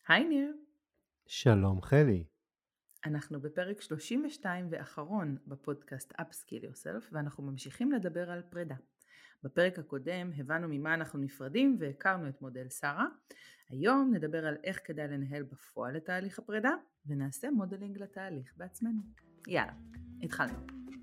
היי ניר, שלום חלי. אנחנו בפרק 32 ואחרון בפודקאסט Upskill Yourself ואנחנו ממשיכים לדבר על פרידה. בפרק הקודם הבנו ממה אנחנו נפרדים והכרנו את מודל שרה. היום נדבר על איך כדאי לנהל בפועל את תהליך הפרידה ונעשה מודלינג לתהליך בעצמנו. יאללה, התחלנו.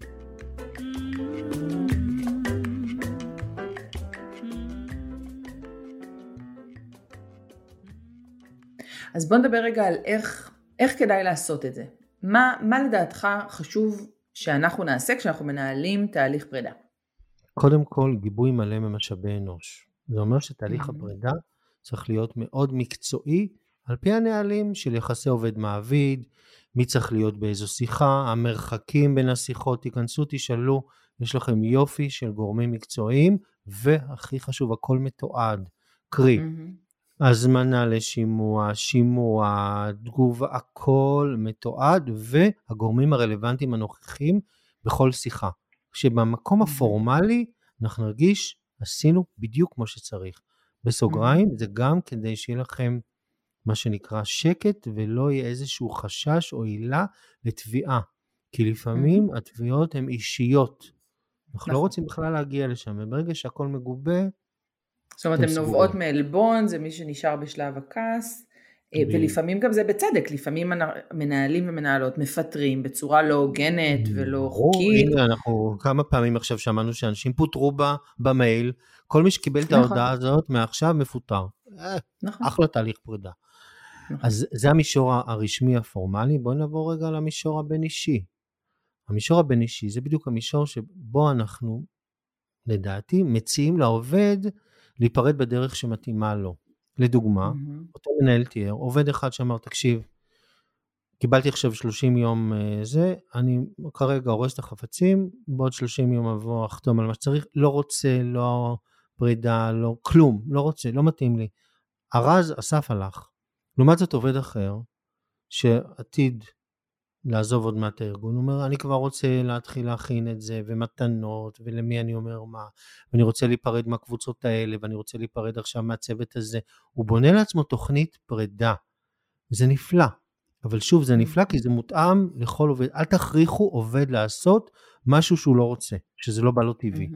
אז בוא נדבר רגע על איך כדאי לעשות את זה. מה לדעתך חשוב שאנחנו נעשה כשאנחנו מנהלים תהליך פרידה? קודם כל, גיבוי מלא ממשאבי אנוש. זה אומר שתהליך הפרידה צריך להיות מאוד מקצועי, על פי הנהלים של יחסי עובד מעביד, מי צריך להיות באיזו שיחה, המרחקים בין השיחות, תיכנסו, תשאלו, יש לכם יופי של גורמים מקצועיים, והכי חשוב, הכל מתועד. קרי, הזמנה לשימוע, שימוע, תגובה, הכל מתועד, והגורמים הרלוונטיים הנוכחים בכל שיחה. שבמקום הפורמלי אנחנו נרגיש, עשינו בדיוק כמו שצריך. בסוגריים, זה גם כדי שיהיה לכם מה שנקרא שקט, ולא יהיה איזשהו חשש או עילה לתביעה. כי לפעמים התביעות הן אישיות. אנחנו לא רוצים בכלל להגיע לשם, וברגע שהכל מגובה, זאת אומרת, הן נובעות מעלבון, זה מי שנשאר בשלב הכעס, ולפעמים גם זה בצדק, לפעמים מנהלים ומנהלות מפטרים בצורה לא הוגנת ולא חוקית. הנה, אנחנו כמה פעמים עכשיו שמענו שאנשים פוטרו במייל, כל מי שקיבל את ההודעה הזאת מעכשיו מפוטר. אחלה תהליך פרידה. אז זה המישור הרשמי הפורמלי, בואו נעבור רגע למישור הבין אישי. המישור הבין אישי זה בדיוק המישור שבו אנחנו, לדעתי, מציעים לעובד להיפרד בדרך שמתאימה לו. לדוגמה, אותו מנהל תיאר, עובד אחד שאמר, תקשיב, קיבלתי עכשיו 30 יום זה, אני כרגע הורס את החפצים, בעוד 30 יום אבוא אחתום על מה שצריך, לא רוצה, לא פרידה, לא כלום, לא רוצה, לא מתאים לי. הרז אסף הלך. לעומת זאת עובד אחר, שעתיד לעזוב עוד מעט הארגון, הוא אומר, אני כבר רוצה להתחיל להכין את זה, ומתנות, ולמי אני אומר מה, ואני רוצה להיפרד מהקבוצות האלה, ואני רוצה להיפרד עכשיו מהצוות הזה. הוא בונה לעצמו תוכנית פרידה. זה נפלא. אבל שוב, זה נפלא כי זה מותאם לכל עובד. אל תכריחו עובד לעשות משהו שהוא לא רוצה, שזה לא בא לו טבעי.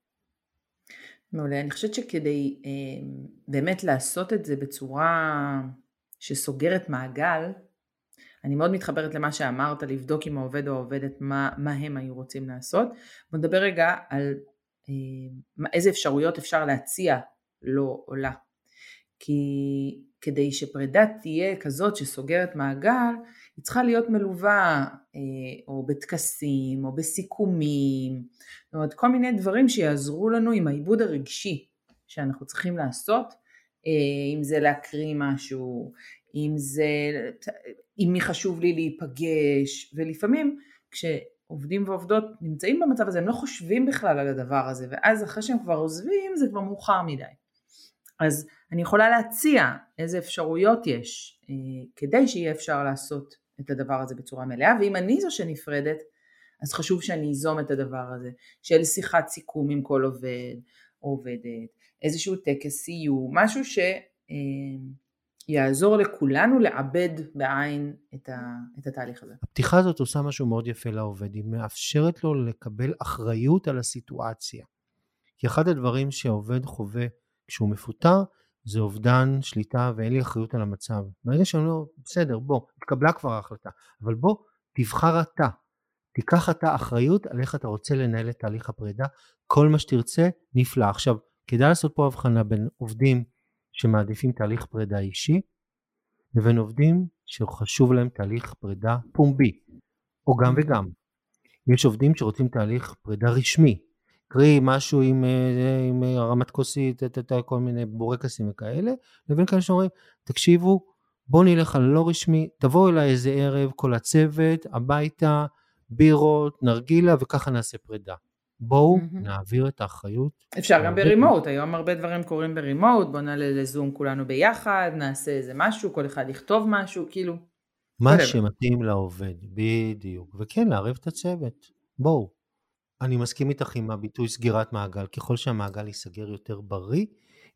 מעולה, אני חושבת שכדי באמת לעשות את זה בצורה שסוגרת מעגל, אני מאוד מתחברת למה שאמרת, לבדוק עם העובד או העובדת מה הם היו רוצים לעשות. בוא נדבר רגע על איזה אפשרויות אפשר להציע לו או לה. כי כדי שפרידה תהיה כזאת שסוגרת מעגל, היא צריכה להיות מלווה או בטקסים או בסיכומים, זאת אומרת כל מיני דברים שיעזרו לנו עם העיבוד הרגשי שאנחנו צריכים לעשות, אם זה להקריא משהו, אם מי חשוב לי להיפגש, ולפעמים כשעובדים ועובדות נמצאים במצב הזה, הם לא חושבים בכלל על הדבר הזה, ואז אחרי שהם כבר עוזבים זה כבר מאוחר מדי. אז אני יכולה להציע איזה אפשרויות יש, כדי שיהיה אפשר לעשות את הדבר הזה בצורה מלאה, ואם אני זו שנפרדת, אז חשוב שאני איזום את הדבר הזה, של שיחת סיכום עם כל עובד או עובדת, איזשהו טקס סיום, משהו שיעזור לכולנו לעבד בעין את התהליך הזה. הפתיחה הזאת עושה משהו מאוד יפה לעובד, היא מאפשרת לו לקבל אחריות על הסיטואציה. כי אחד הדברים שהעובד חווה כשהוא מפוטר, זה אובדן שליטה ואין לי אחריות על המצב. ברגע שאני אומר, בסדר, בוא, התקבלה כבר ההחלטה, אבל בוא, תבחר אתה, תיקח אתה אחריות על איך אתה רוצה לנהל את תהליך הפרידה, כל מה שתרצה נפלא. עכשיו, כדאי לעשות פה הבחנה בין עובדים שמעדיפים תהליך פרידה אישי, לבין עובדים שחשוב להם תהליך פרידה פומבי, או גם וגם. יש עובדים שרוצים תהליך פרידה רשמי, קרי משהו עם הרמת כוסית, כל מיני בורקסים וכאלה, לבין כאלה שאומרים, תקשיבו, בואו נלך על לא רשמי, תבואו אליי איזה ערב, כל הצוות, הביתה, בירות, נרגילה, וככה נעשה פרידה. בואו נעביר את האחריות. אפשר גם ברימוט, היום הרבה דברים קורים ברימוט, בואו נעלה לזום כולנו ביחד, נעשה איזה משהו, כל אחד יכתוב משהו, כאילו. מה שמתאים לעובד, בדיוק, וכן, לערב את הצוות, בואו. אני מסכים איתך עם הביטוי סגירת מעגל, ככל שהמעגל ייסגר יותר בריא,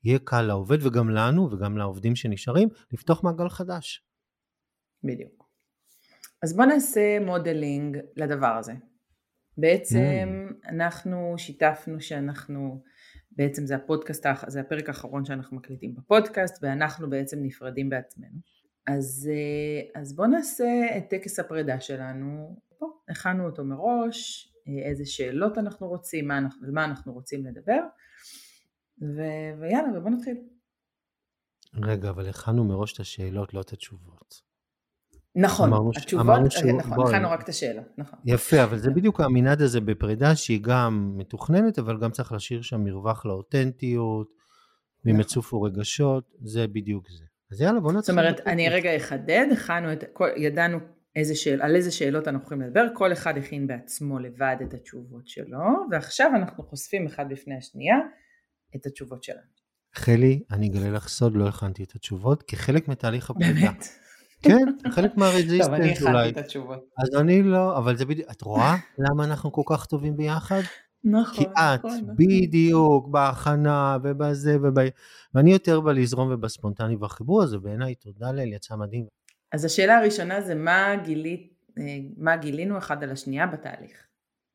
יהיה קל לעובד וגם לנו וגם לעובדים שנשארים, לפתוח מעגל חדש. בדיוק. אז בוא נעשה מודלינג לדבר הזה. בעצם אנחנו שיתפנו שאנחנו, בעצם זה הפודקאסט, זה הפרק האחרון שאנחנו מקליטים בפודקאסט, ואנחנו בעצם נפרדים בעצמנו. אז בוא נעשה את טקס הפרידה שלנו, פה, הכנו אותו מראש, איזה שאלות אנחנו רוצים, על מה אנחנו רוצים לדבר, ויאללה, ובוא נתחיל. רגע, אבל הכנו מראש את השאלות, לא את התשובות. נכון, התשובות, נכון, הכנו רק את השאלות, נכון. יפה, אבל זה בדיוק המנעד הזה בפרידה, שהיא גם מתוכננת, אבל גם צריך להשאיר שם מרווח לאותנטיות, ואם יצופו רגשות, זה בדיוק זה. אז יאללה, בוא נתחיל. זאת אומרת, אני רגע אחדד, ידענו על איזה שאלות אנחנו יכולים לדבר, כל אחד הכין בעצמו לבד את התשובות שלו, ועכשיו אנחנו חושפים אחד בפני השנייה את התשובות שלנו. חלי, אני אגלה לך סוד, לא הכנתי את התשובות, כחלק מתהליך הפרידה. באמת? כן, חלק מהרזיסטנס אולי. טוב, אני הכנתי את התשובות. אז אני לא, אבל זה בדיוק, את רואה למה אנחנו כל כך טובים ביחד? נכון. כי את בדיוק בהכנה ובזה ואני יותר בלזרום ובספונטני בחיבור הזה, בעיניי תודה לאל, יצא מדהים. אז השאלה הראשונה זה מה גילינו אחד על השנייה בתהליך?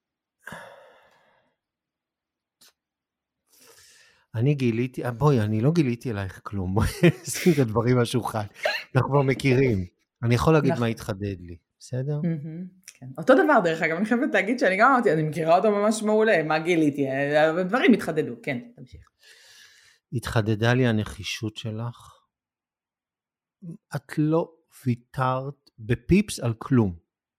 אני גיליתי, אני לא גיליתי אלייך כלום, בואי נשים את הדברים מהשולחן, אנחנו כבר מכירים, אני יכול להגיד מה התחדד לי, בסדר? כן. אותו דבר דרך אגב, אני חייבת להגיד שאני גם אמרתי, אני מכירה אותו ממש מעולה, מה גיליתי, הדברים התחדדו, כן, תמשיך. התחדדה לי הנחישות שלך, את לא ויתרת בפיפס על כלום,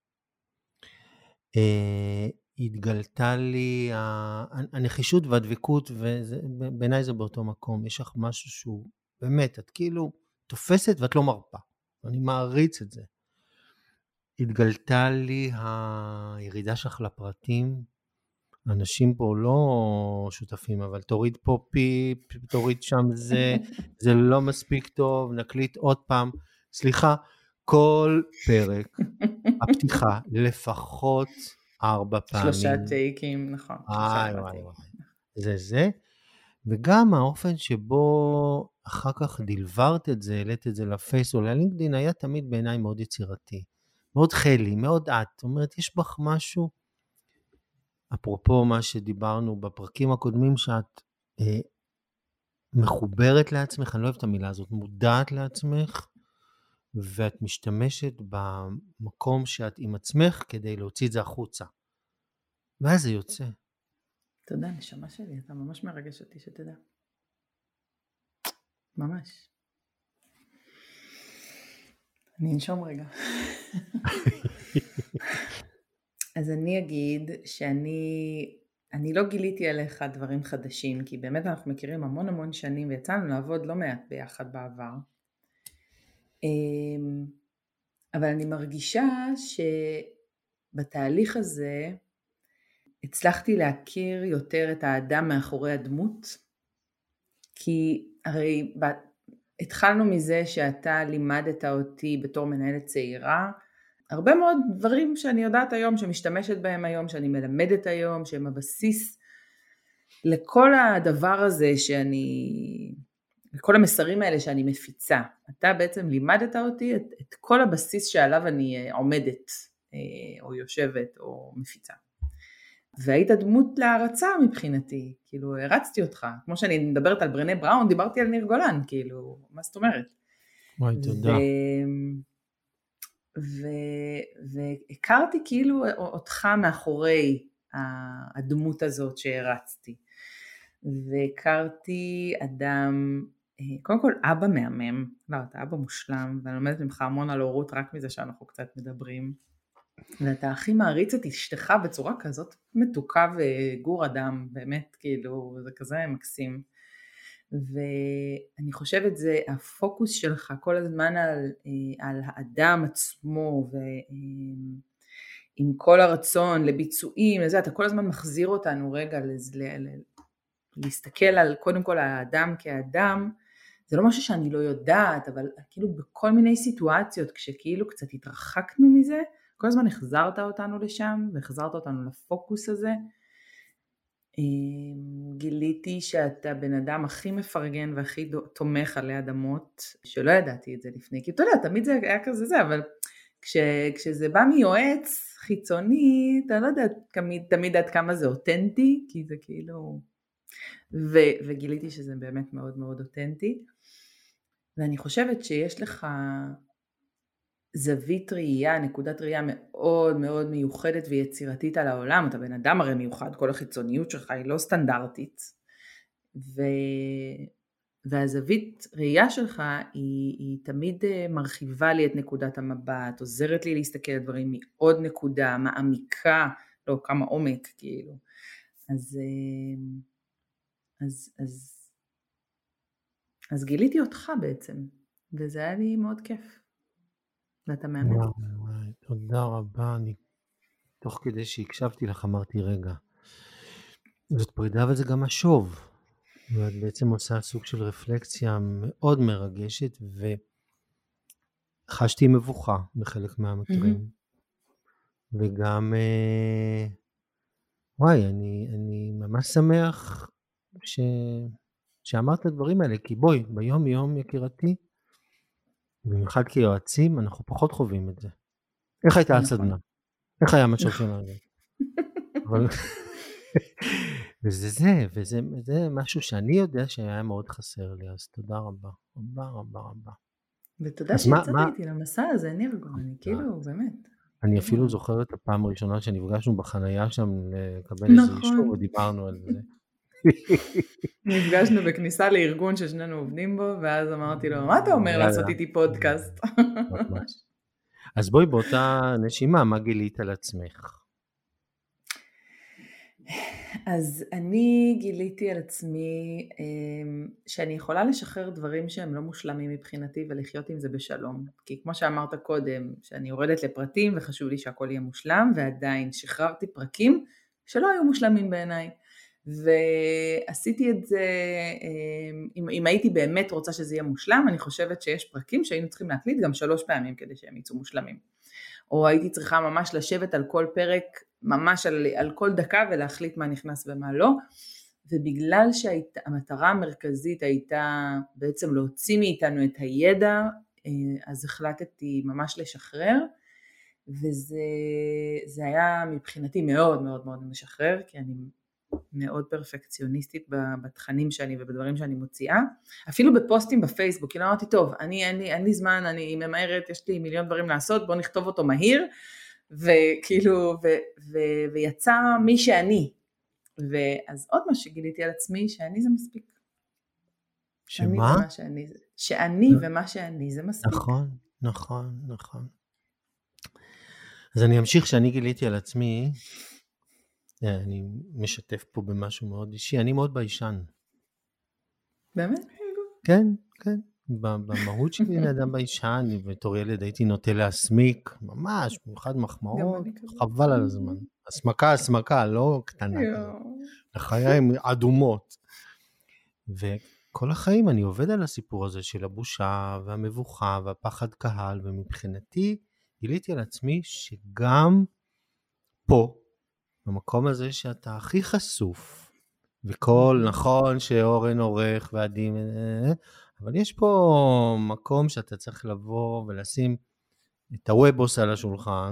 התגלתה לי הנחישות והדבקות, ובעיניי זה באותו מקום, יש לך משהו שהוא באמת, את כאילו תופסת ואת לא מרפה, אני מעריץ את זה. התגלתה לי הירידה שלך לפרטים, אנשים פה לא שותפים, אבל תוריד פה פיפ, תוריד שם זה לא מספיק טוב, נקליט עוד פעם, סליחה, כל פרק, הפתיחה, לפחות 4 פעמים. 3 טייקים, נכון. זה, וגם האופן שבו אחר כך דלברת את זה, העלית את זה לפייס או ללינקדין, היה תמיד בעיניי מאוד יצירתי, מאוד חלי, מאוד את, זאת אומרת, יש בך משהו, אפרופו מה שדיברנו בפרקים הקודמים, שאת מחוברת לעצמך, אני לא אוהב את המילה הזאת, מודעת לעצמך, ואת משתמשת במקום שאת עם עצמך, כדי להוציא את זה החוצה. ואז זה יוצא. תודה, נשמה שלי, אתה ממש מרגש אותי שתדע. ממש. אני אנשום רגע. אז אני אגיד שאני לא גיליתי עליך דברים חדשים, כי באמת אנחנו מכירים המון שנים, ויצאנו לעבוד לא מעט ביחד בעבר. אבל אני מרגישה שבתהליך הזה הצלחתי להכיר יותר את האדם מאחורי הדמות, כי הרי התחלנו מזה שאתה לימדת אותי בתור מנהלת צעירה, הרבה מאוד דברים שאני יודעת היום, שמשתמשת בהם היום, שאני מלמדת היום, שהם הבסיס לכל הדבר הזה לכל המסרים האלה שאני מפיצה. אתה בעצם לימדת אותי את כל הבסיס שעליו אני עומדת, או יושבת, או מפיצה. והיית דמות להרצה מבחינתי, כאילו הרצתי אותך, כמו שאני מדברת על ברנה בראון, דיברתי על ניר גולן, כאילו, מה זאת אומרת? וואי, תודה. והכרתי כאילו אותך מאחורי הדמות הזאת שהרצתי, והכרתי אדם, קודם כל אבא מהמם, לא, אתה אבא מושלם, ואני לומדת ממך המון על הורות רק מזה שאנחנו קצת מדברים, ואתה הכי מעריץ את אשתך בצורה כזאת מתוקה וגור אדם, באמת כאילו זה כזה מקסים, ואני חושבת זה הפוקוס שלך כל הזמן על האדם עצמו, ועם כל הרצון לביצועים, לזה, אתה כל הזמן מחזיר אותנו רגע להסתכל על קודם כל האדם כאדם, זה לא משהו שאני לא יודעת, אבל כאילו בכל מיני סיטואציות, כשכאילו קצת התרחקנו מזה, כל הזמן החזרת אותנו לשם, והחזרת אותנו לפוקוס הזה, גיליתי שאתה בן אדם הכי מפרגן והכי תומך עלי אדמות, שלא ידעתי את זה לפני, כי אתה יודע, תמיד זה היה כזה זה, אבל כשזה בא מיועץ חיצוני, אתה לא יודע תמיד עד כמה זה אותנטי, כי זה כאילו, וגיליתי שזה באמת מאוד מאוד אותנטי, ואני חושבת שיש לך זווית ראייה, נקודת ראייה מאוד מאוד מיוחדת ויצירתית על העולם, אתה בן אדם הרי מיוחד, כל החיצוניות שלך היא לא סטנדרטית, והזווית ראייה שלך היא תמיד מרחיבה לי את נקודת המבט, עוזרת לי להסתכל על דברים מעוד נקודה, מעמיקה, לא כמה עומק כאילו, אז גיליתי אותך בעצם, וזה היה לי מאוד כיף. ואתה מאמן. וואי, תודה רבה. אני תוך כדי שהקשבתי לך אמרתי רגע, זאת פרידה וזה גם משוב. ואת בעצם עושה סוג של רפלקציה מאוד מרגשת, וחשתי מבוכה בחלק מהמקרים. וגם, וואי, אני ממש שמח שאמרת את הדברים האלה, כי בואי, ביום יום יקירתי, במיוחד כיועצים, אנחנו פחות חווים את זה. איך הייתה הסדנה? איך היה המשוב שלנו? וזה משהו שאני יודע שהיה מאוד חסר לי, אז תודה רבה, רבה רבה רבה. ותודה שיצאת איתי למסע הזה, נרגו, אני כאילו, באמת. אני אפילו זוכר את הפעם הראשונה שנפגשנו בחנייה שם לקבל איזה אישור, ודיברנו על זה. נפגשנו בכניסה לארגון ששנינו עובדים בו, ואז אמרתי לו, מה אתה אומר לעשות איתי פודקאסט? ממש. אז בואי באותה נשימה, מה גילית על עצמך? אז אני גיליתי על עצמי שאני יכולה לשחרר דברים שהם לא מושלמים מבחינתי ולחיות עם זה בשלום. כי כמו שאמרת קודם, שאני יורדת לפרטים וחשוב לי שהכל יהיה מושלם, ועדיין שחררתי פרקים שלא היו מושלמים בעיניי. ועשיתי את זה, אם הייתי באמת רוצה שזה יהיה מושלם, אני חושבת שיש פרקים שהיינו צריכים להקליט גם 3 פעמים כדי שהם יצאו מושלמים. או הייתי צריכה ממש לשבת על כל פרק, ממש על כל דקה ולהחליט מה נכנס ומה לא, ובגלל שהמטרה המרכזית הייתה בעצם להוציא מאיתנו את הידע, אז החלטתי ממש לשחרר, וזה היה מבחינתי מאוד מאוד מאוד משחרר, כי אני מאוד פרפקציוניסטית בתכנים שאני ובדברים שאני מוציאה, אפילו בפוסטים בפייסבוק, כאילו אמרתי, טוב, אין לי זמן, אני ממהרת, יש לי מיליון דברים לעשות, בוא נכתוב אותו מהיר, וכאילו, ויצא מי שאני, ואז עוד מה שגיליתי על עצמי, שאני זה מספיק. שמה? שאני ומה שאני זה מספיק. נכון, נכון, נכון. אז אני אמשיך שאני גיליתי על עצמי, אני משתף פה במשהו מאוד אישי, אני מאוד ביישן. באמת? כן, כן. במהות שלי אני אדם ביישן, בתור ילד הייתי נוטה להסמיק, ממש, במיוחד מחמאות, חבל על הזמן. הסמקה, לא קטנה כזאת. לחיים אדומות. וכל החיים אני עובד על הסיפור הזה של הבושה והמבוכה והפחד קהל, ומבחינתי גיליתי על עצמי שגם פה, במקום הזה שאתה הכי חשוף, וכל נכון שאורן עורך ועדים, אבל יש פה מקום שאתה צריך לבוא ולשים את הוובוס על השולחן.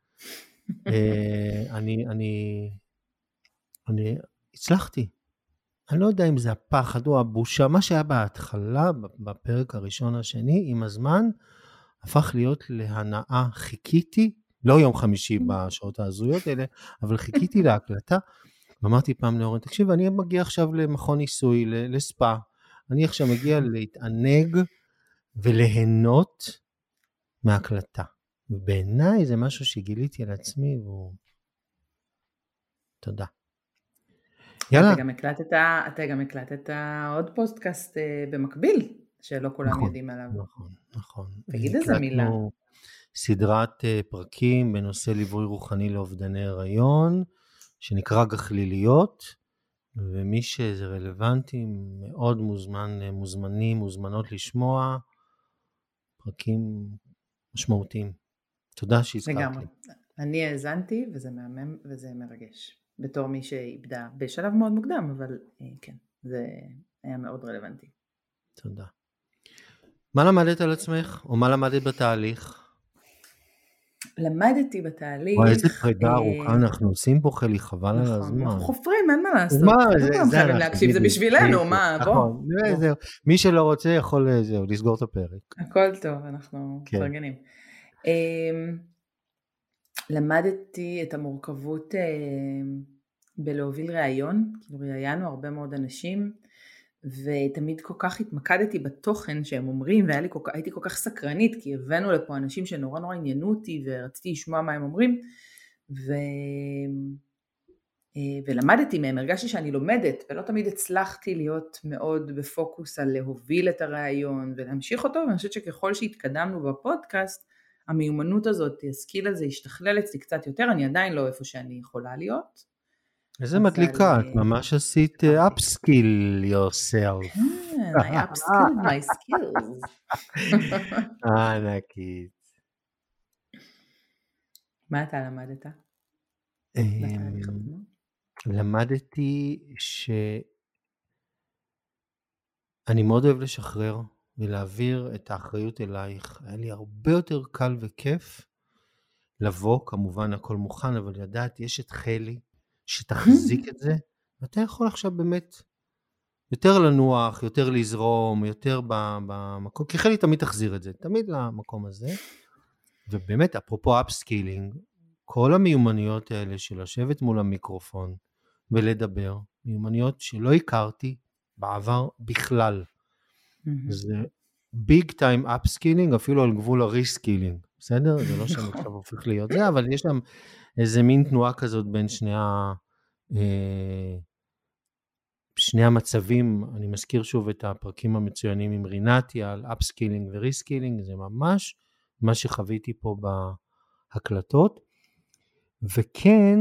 אני הצלחתי. אני לא יודע אם זה הפחד או הבושה, מה שהיה בהתחלה, בפרק הראשון השני, עם הזמן, הפך להיות להנאה. חיכיתי, לא יום חמישי בשעות ההזויות האלה, אבל חיכיתי להקלטה, ואמרתי פעם לאורן, תקשיב, אני מגיע עכשיו למכון ניסוי, לספה, אני עכשיו מגיע להתענג וליהנות מהקלטה. ובעיניי זה משהו שגיליתי על עצמי, תודה. יאללה. אתה גם הקלטת עוד פודקאסט במקביל, שלא כולם יודעים עליו. נכון. תגיד איזה מילה. סדרת פרקים בנושא ליווי רוחני לאובדני הריון, שנקרא גחליליות, ומי שזה רלוונטי מאוד מוזמנות לשמוע, פרקים משמעותיים. תודה שהזכרת לי. אני האזנתי וזה מהמם וזה מרגש. בתור מי שאיבדה בשלב מאוד מוקדם, אבל כן, זה היה מאוד רלוונטי. תודה. מה למדת על עצמך, או מה למדת בתהליך? למדתי בתהליך... וואי, איזה פרידה ארוכה אנחנו עושים פה, חלי, חבל על הזמן. אנחנו חופרים, אין מה לעשות. מה, לא כולם חייבים להקשיב, זה בשבילנו, מה, בוא. נכון, מי שלא רוצה יכול לסגור את הפרק. הכל טוב, אנחנו מפרגנים. למדתי את המורכבות בלהוביל ראיון, כאילו ראיינו הרבה מאוד אנשים, ותמיד כל כך התמקדתי בתוכן שהם אומרים, והייתי כל כך סקרנית, כי הבאנו לפה אנשים שנורא נורא עניינו אותי, ורציתי לשמוע מה הם אומרים, ולמדתי מהם, הרגשתי שאני לומדת, ולא תמיד הצלחתי להיות מאוד בפוקוס על להוביל את הרעיון, ולהמשיך אותו, ואני חושבת שככל שהתקדמנו בפודקאסט, המיומנות הזאת, הסקיל הזה, השתכלל אצלי קצת יותר, אני עדיין לא איפה שאני יכולה להיות. איזה מדליקה, את ממש עשית upskill yourself. כן, I upskilled my skills. ענקית. מה אתה למדת? למדתי שאני מאוד אוהב לשחרר ולהעביר את האחריות אלייך. היה לי הרבה יותר קל וכיף לבוא, כמובן הכל מוכן, אבל לדעת יש את חלי שתחזיק את זה, ואתה יכול עכשיו באמת יותר לנוח, יותר לזרום, יותר במקום, כי חלי תמיד תחזיר את זה, תמיד למקום הזה. ובאמת, אפרופו אפסקילינג, כל המיומנויות האלה של לשבת מול המיקרופון ולדבר, מיומנויות שלא הכרתי בעבר בכלל. זה ביג טיים אפסקילינג, אפילו על גבול הריסקילינג, בסדר? זה לא שאני עכשיו הופך להיות זה, אבל יש שם איזה מין תנועה כזאת בין שני המצבים. אני מזכיר שוב את הפרקים המצוינים עם רינתי על אפסקילינג וריסקילינג, זה ממש מה שחוויתי פה בהקלטות. וכן,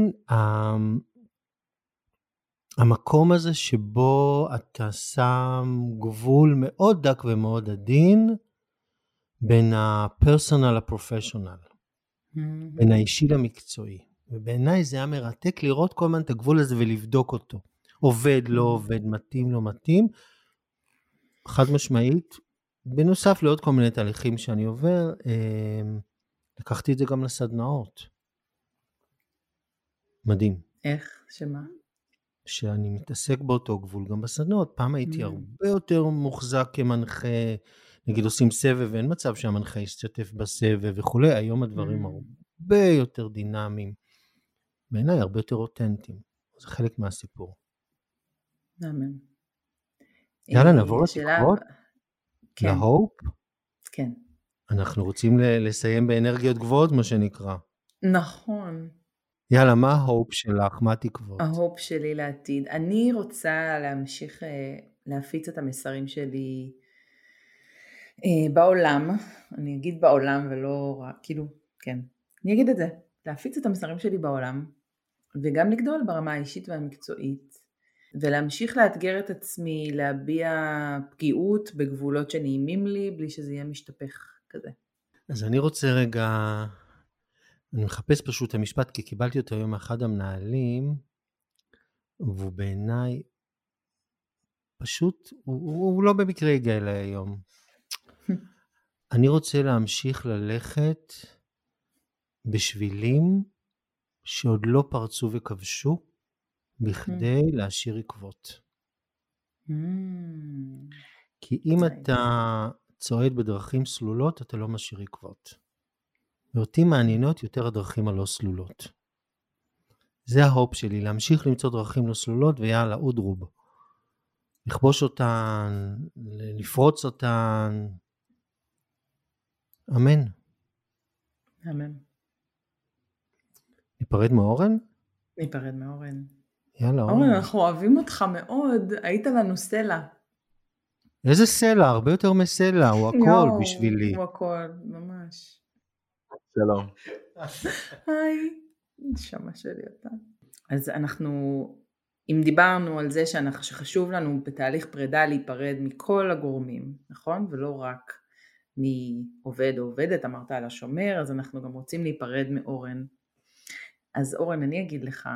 המקום הזה שבו אתה שם גבול מאוד דק ומאוד עדין, בין הפרסונל לפרופשיונל, בין האישי למקצועי. ובעיניי זה היה מרתק לראות כל הזמן את הגבול הזה ולבדוק אותו. עובד, לא עובד, מתאים, לא מתאים. חד משמעית, בנוסף לעוד כל מיני תהליכים שאני עובר, לקחתי את זה גם לסדנאות. מדהים. איך? שמה? שאני מתעסק באותו גבול גם בסדנאות. פעם הייתי הרבה יותר מוחזק כמנחה, נגיד עושים סבב, ואין מצב שהמנחה ישתתף בסבב וכו'. היום הדברים הרבה יותר דינמיים. בעיניי הרבה יותר אותנטיים. זה חלק מהסיפור. אמן. יאללה, נעבור לתקוות? כן. להופ? כן. אנחנו רוצים לסיים באנרגיות גבוהות, מה שנקרא. נכון. יאללה, מה ההופ שלך? מה התקוות? ההופ שלי לעתיד. אני רוצה להמשיך להפיץ את המסרים שלי בעולם. אני אגיד בעולם ולא רק, כאילו, כן. אני אגיד את זה. להפיץ את המסרים שלי בעולם, וגם לגדול ברמה האישית והמקצועית, ולהמשיך לאתגר את עצמי, להביע פגיעות בגבולות שנעימים לי, בלי שזה יהיה משתפך כזה. אז אני רוצה רגע, אני מחפש פשוט את המשפט, כי קיבלתי אותו היום מאחד המנהלים, והוא בעיניי, פשוט, הוא לא במקרה הגיע אליי היום. אני רוצה להמשיך ללכת בשבילים שעוד לא פרצו וכבשו, בכדי להשאיר עקבות. כי אם אתה צועד בדרכים סלולות, אתה לא משאיר עקבות. ואותי מעניינות יותר הדרכים הלא סלולות. זה ההופ שלי, להמשיך למצוא דרכים לא סלולות, ויאללה, אודרוב. לכבוש אותן, לפרוץ אותן. אמן. אמן. ניפרד מאורן? ניפרד מאורן. יאללה, אורן, אנחנו אוהבים אותך מאוד, היית לנו סלע. איזה סלע? הרבה יותר מסלע, הוא הכל בשבילי. הוא הכל, ממש. שלום. היי, נשמה שלי אתה. אז אנחנו, אם דיברנו על זה שחשוב לנו בתהליך פרידה להיפרד מכל הגורמים, נכון? ולא רק מעובד או עובדת, אמרת על השומר, אז אנחנו גם רוצים להיפרד מאורן. אז אורן, אני אגיד לך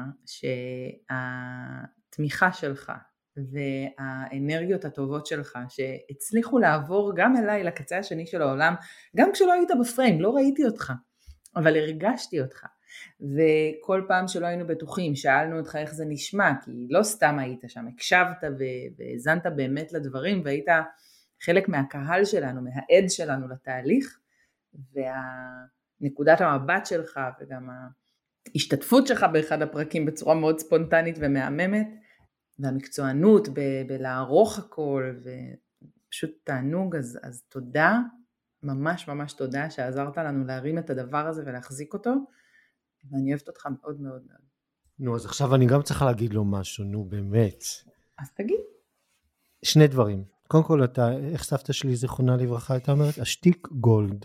שהתמיכה שלך והאנרגיות הטובות שלך שהצליחו לעבור גם אליי לקצה השני של העולם, גם כשלא היית בפריים, לא ראיתי אותך, אבל הרגשתי אותך, וכל פעם שלא היינו בטוחים, שאלנו אותך איך זה נשמע, כי לא סתם היית שם, הקשבת והזנת באמת לדברים, והיית חלק מהקהל שלנו, מהעד שלנו לתהליך, והנקודת המבט שלך וגם ההשתתפות שלך באחד הפרקים בצורה מאוד ספונטנית ומהממת, והמקצוענות בלערוך הכל, ופשוט תענוג, אז תודה, ממש ממש תודה שעזרת לנו להרים את הדבר הזה ולהחזיק אותו, ואני אוהבת אותך מאוד מאוד מאוד. נו, אז עכשיו אני גם צריכה להגיד לו משהו, נו באמת. אז תגיד. שני דברים. קודם כל, איך סבתא שלי זיכרונה לברכה הייתה אומרת? השתיק גולד.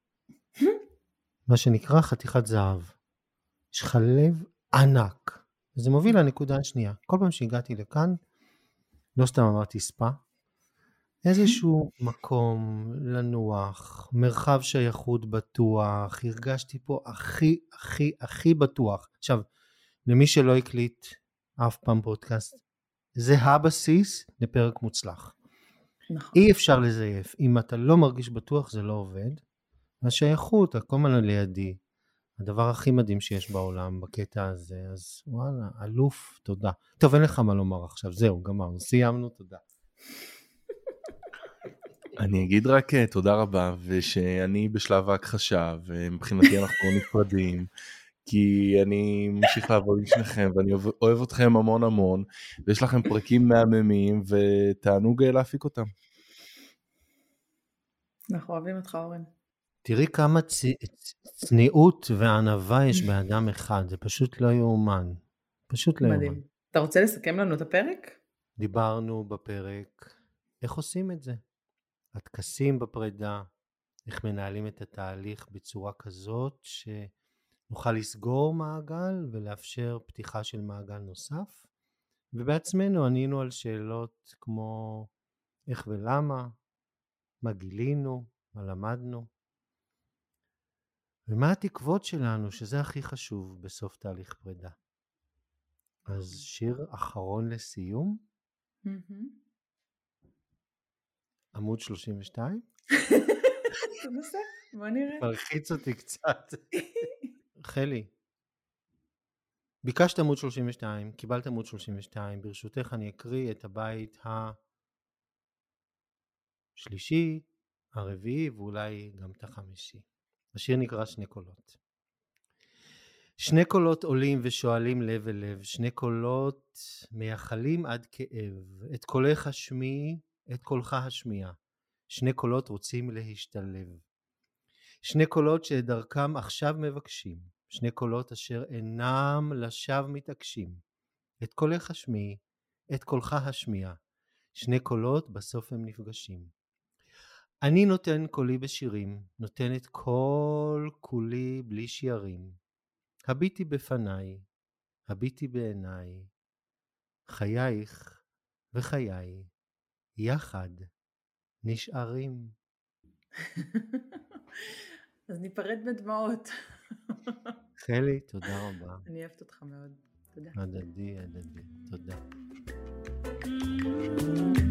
מה שנקרא חתיכת זהב. יש לך לב ענק. וזה מוביל לנקודה השנייה. כל פעם שהגעתי לכאן, לא סתם אמרתי ספה, איזשהו מקום לנוח, מרחב שייכות בטוח, הרגשתי פה הכי הכי הכי בטוח. עכשיו, למי שלא הקליט אף פעם פודקאסט, זה הבסיס לפרק מוצלח. נכון. אי אפשר לזייף, אם אתה לא מרגיש בטוח זה לא עובד, והשייכות, הכל לידי, הדבר הכי מדהים שיש בעולם בקטע הזה, אז וואלה, אלוף, תודה. טוב, אין לך מה לומר עכשיו, זהו, גמרנו, סיימנו, תודה. אני אגיד רק תודה רבה, ושאני בשלב ההכחשה, ומבחינתי אנחנו לא נפרדים, כי אני ממשיך לעבוד עם שניכם, ואני אוהב אתכם המון המון, ויש לכם פרקים מהממים, ותענוג להפיק אותם. אנחנו אוהבים אותך, אורן. תראי כמה צניעות וענווה יש באדם אחד, זה פשוט לא יאומן. פשוט לא יאומן. אתה רוצה לסכם לנו את הפרק? דיברנו בפרק, איך עושים את זה? הטקסים בפרידה, איך מנהלים את התהליך בצורה כזאת שנוכל לסגור מעגל ולאפשר פתיחה של מעגל נוסף, ובעצמנו ענינו על שאלות כמו איך ולמה, מה גילינו, מה למדנו, ומה התקוות שלנו, שזה הכי חשוב בסוף תהליך פרידה. אז שיר אחרון לסיום. עמוד 32. תנסה, בוא נראה. מרחיץ אותי קצת. חלי, ביקשת עמוד 32, קיבלת עמוד 32, ברשותך אני אקריא את הבית השלישי, הרביעי ואולי גם את החמישי. השיר נקרא שני קולות. שני קולות עולים ושואלים לב אל לב, שני קולות מייחלים עד כאב, את קולך השמיעי, את קולך השמיע, שני קולות רוצים להשתלב, שני קולות שדרכם עכשיו מבקשים, שני קולות אשר אינם לשווא מתעקשים, את קולך השמיעי, את קולך השמיע, שני קולות בסוף הם נפגשים. אני נותן קולי בשירים, נותן את כל כולי בלי שירים, הביטי בפניי, הביטי בעיניי, חייך וחיי יחד נשארים. אז ניפרד בדמעות. חלי, תודה רבה. אני אוהבת אותך מאוד. תודה. הדדי, הדדי. תודה.